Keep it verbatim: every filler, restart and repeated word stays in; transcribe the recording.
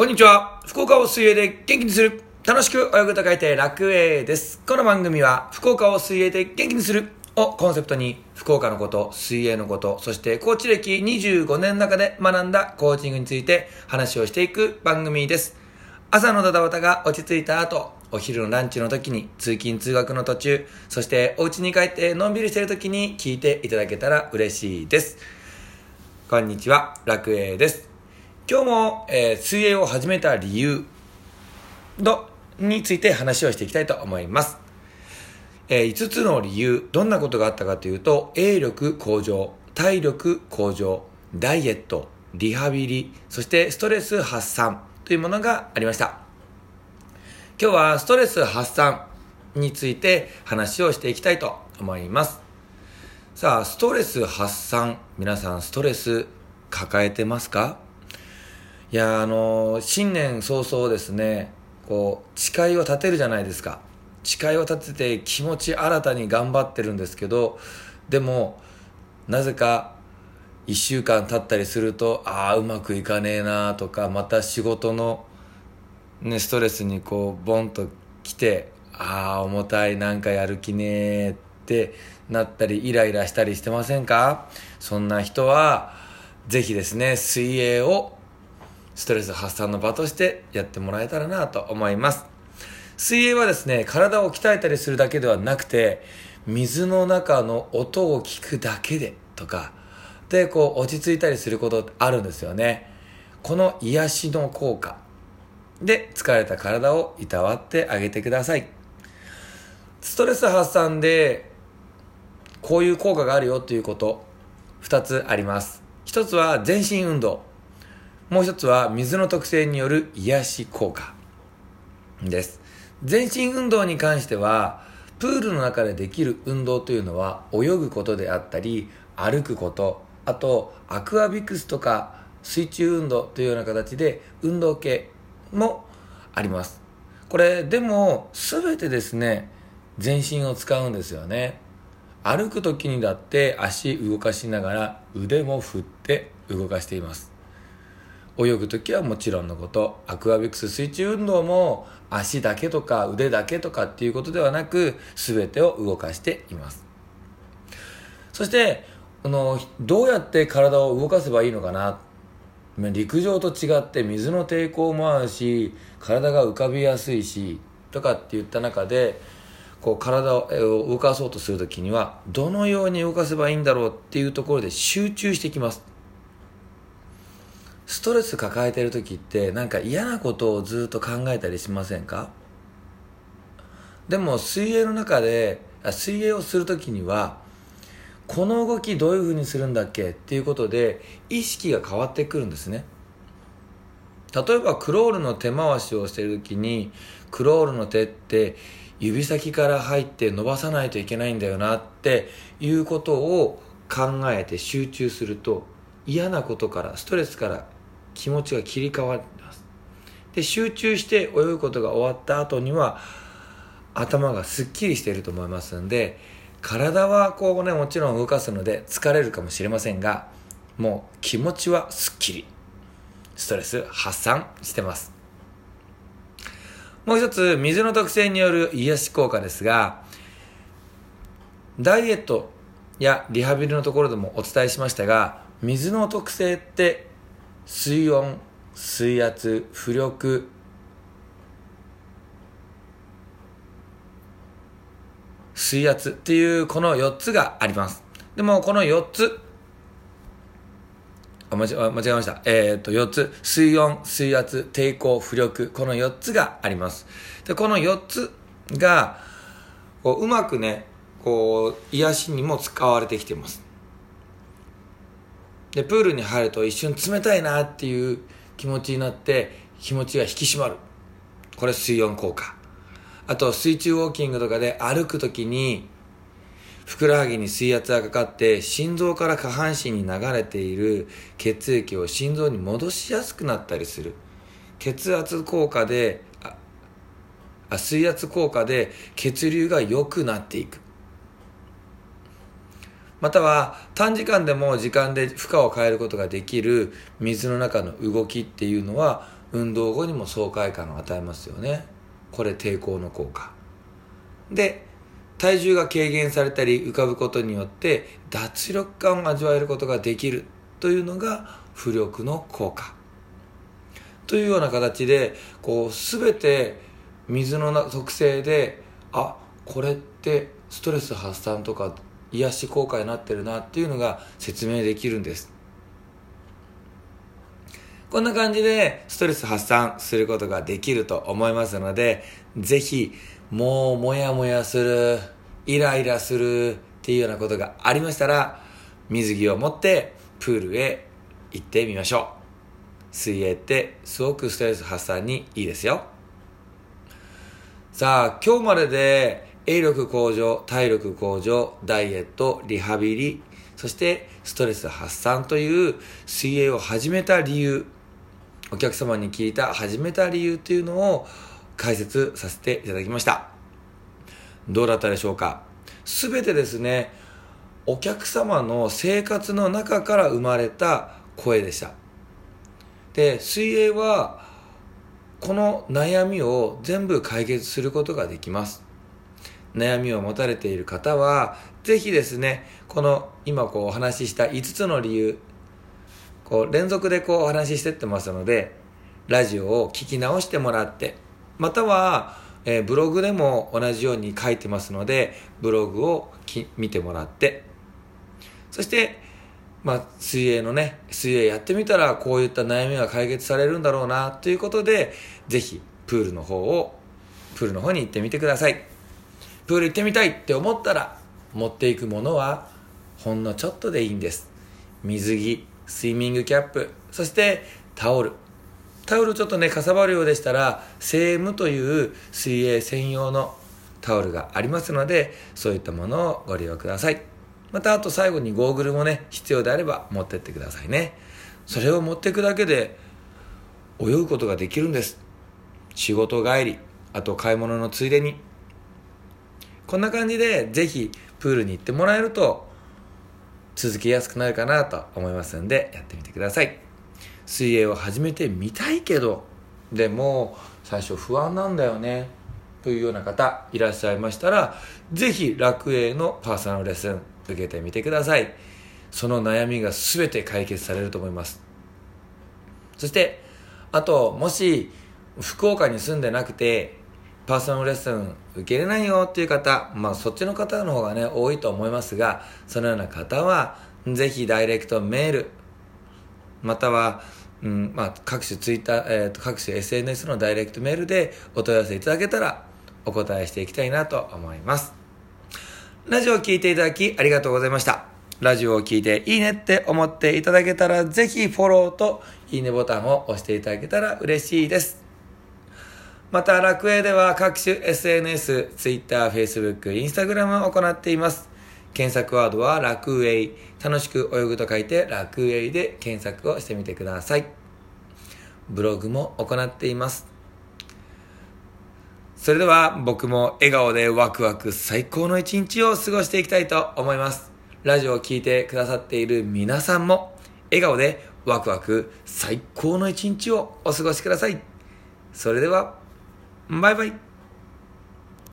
こんにちは。福岡を水泳で元気にする。楽しく泳ぐと書いて楽泳です。この番組は福岡を水泳で元気にするをコンセプトに福岡のこと、水泳のこと、そしてコーチ歴にじゅうごねんの中で学んだコーチングについて話をしていく番組です。朝のドタバタが落ち着いた後、お昼のランチの時に、通勤通学の途中、そしてお家に帰ってのんびりしている時に聞いていただけたら嬉しいです。こんにちは、楽泳です。今日も、えー、水泳を始めた理由のについて話をしていきたいと思います。えー、いつつの理由、どんなことがあったかというと、泳力向上、体力向上、ダイエット、リハビリ、そしてストレス発散というものがありました。今日はストレス発散について話をしていきたいと思います。さあ、ストレス発散、皆さんストレス抱えてますか？いや、あのー、新年早々ですね、こう、誓いを立てるじゃないですか。誓いを立てて気持ち新たに頑張ってるんですけど、でも、なぜか一週間経ったりすると、ああ、うまくいかねえなとか、また仕事の、ね、ストレスにこう、ボンと来て、ああ、重たい、なんかやる気ねえってなったり、イライラしたりしてませんか？そんな人は、ぜひですね、水泳をストレス発散の場としてやってもらえたらなと思います。水泳はですね、体を鍛えたりするだけではなくて、水の中の音を聞くだけでとかでこう落ち着いたりすることってあるんですよね。この癒しの効果で疲れた体をいたわってあげてください。ストレス発散でこういう効果があるよということふたつあります。ひとつは全身運動、もう一つは水の特性による癒し効果です。全身運動に関しては、プールの中でできる運動というのは泳ぐことであったり、歩くこと、あとアクアビクスとか水中運動というような形で運動系もあります。これでも全てですね、全身を使うんですよね。歩く時にだって足動かしながら腕も振って動かしています。泳ぐときはもちろんのこと、アクアビクス水中運動も足だけとか腕だけとかっていうことではなく、全てを動かしています。そしてあのどうやって体を動かせばいいのかな。陸上と違って水の抵抗もあるし、体が浮かびやすいしとかっていった中で、こう体を動かそうとするときにはどのように動かせばいいんだろうっていうところで集中してきます。ストレス抱えてる時ってなんか嫌なことをずっと考えたりしませんか？でも水泳の中で水泳をする時には、この動きどういう風にするんだっけっていうことで意識が変わってくるんですね。例えばクロールの手回しをしている時に、クロールの手って指先から入って伸ばさないといけないんだよなっていうことを考えて集中すると、嫌なことからストレスから気持ちが切り替わります。で、集中して泳ぐことが終わった後には頭がすっきりしていると思いますので、体はこうね、もちろん動かすので疲れるかもしれませんが、もう気持ちはすっきり、ストレス発散してます。もう一つ、水の特性による癒し効果ですが、ダイエットやリハビリのところでもお伝えしましたが、水の特性って水温、水圧、浮力、水圧っていうこのよっつがあります。でもこのよっつ、あ、間違間違えました。えー、っとよっつ、水温、水圧、抵抗、浮力、このよっつがあります。で、このよっつがこううまくね、こう癒しにも使われてきています。で、プールに入ると一瞬冷たいなっていう気持ちになって気持ちが引き締まる。これ水温効果。あと水中ウォーキングとかで歩くときにふくらはぎに水圧がかかって心臓から下半身に流れている血液を心臓に戻しやすくなったりする。血圧効果でああ水圧効果で血流が良くなっていく。または短時間でも時間で負荷を変えることができる水の中の動きっていうのは、 運動後にも爽快感を与えますよね。これ抵抗の効果で、体重が軽減されたり浮かぶことによって脱力感を味わえることができるというのが浮力の効果というような形で、こう全て水の特性で、あ、これってストレス発散とか癒し効果になってるなっていうのが説明できるんです。こんな感じでストレス発散することができると思いますので、ぜひもうモヤモヤする、イライラするっていうようなことがありましたら、水着を持ってプールへ行ってみましょう。水泳ってすごくストレス発散にいいですよ。さあ、今日までで泳力向上、体力向上、ダイエット、リハビリ、そしてストレス発散という水泳を始めた理由、お客様に聞いた始めた理由というのを解説させていただきました。どうだったでしょうか。すべてですね、お客様の生活の中から生まれた声でした。で、水泳はこの悩みを全部解決することができます。悩みを持たれている方はぜひですね、この今こうお話ししたいつつの理由、こう連続でこうお話ししてってますので、ラジオを聞き直してもらって、または、えー、ブログでも同じように書いてますので、ブログをき見てもらって、そしてまあ、水泳のね、水泳やってみたらこういった悩みが解決されるんだろうなということで、ぜひプールの方をプールの方に行ってみてください。プール行ってみたいって思ったら、持っていくものはほんのちょっとでいいんです。水着、スイミングキャップ、そしてタオル。タオルちょっとねかさばるようでしたら、セームという水泳専用のタオルがありますので、そういったものをご利用ください。またあと最後にゴーグルもね、必要であれば持ってってくださいね。それを持っていくだけで泳ぐことができるんです。仕事帰り、あと買い物のついでに、こんな感じでぜひプールに行ってもらえると続けやすくなるかなと思いますので、やってみてください。水泳を始めてみたいけど、でも最初不安なんだよねというような方いらっしゃいましたら、ぜひ楽栄のパーソナルレッスン受けてみてください。その悩みがすべて解決されると思います。そしてあと、もし福岡に住んでなくてパーソナルレッスン受けれないよっていう方、まあそっちの方の方がね多いと思いますが、そのような方はぜひダイレクトメール、または、うんまあ、各種ツイッター、えーと、各種 エスエヌエス のダイレクトメールでお問い合わせいただけたらお答えしていきたいなと思います。ラジオを聞いていただきありがとうございました。ラジオを聞いていいねって思っていただけたら、ぜひフォローといいねボタンを押していただけたら嬉しいです。また楽栄では各種 エスエヌエス、Twitter、Facebook、Instagram を行っています。検索ワードは楽栄、楽しく泳ぐと書いて楽栄で検索をしてみてください。ブログも行っています。それでは僕も笑顔でワクワク最高の一日を過ごしていきたいと思います。ラジオを聞いてくださっている皆さんも笑顔でワクワク最高の一日をお過ごしください。それではバイバイ。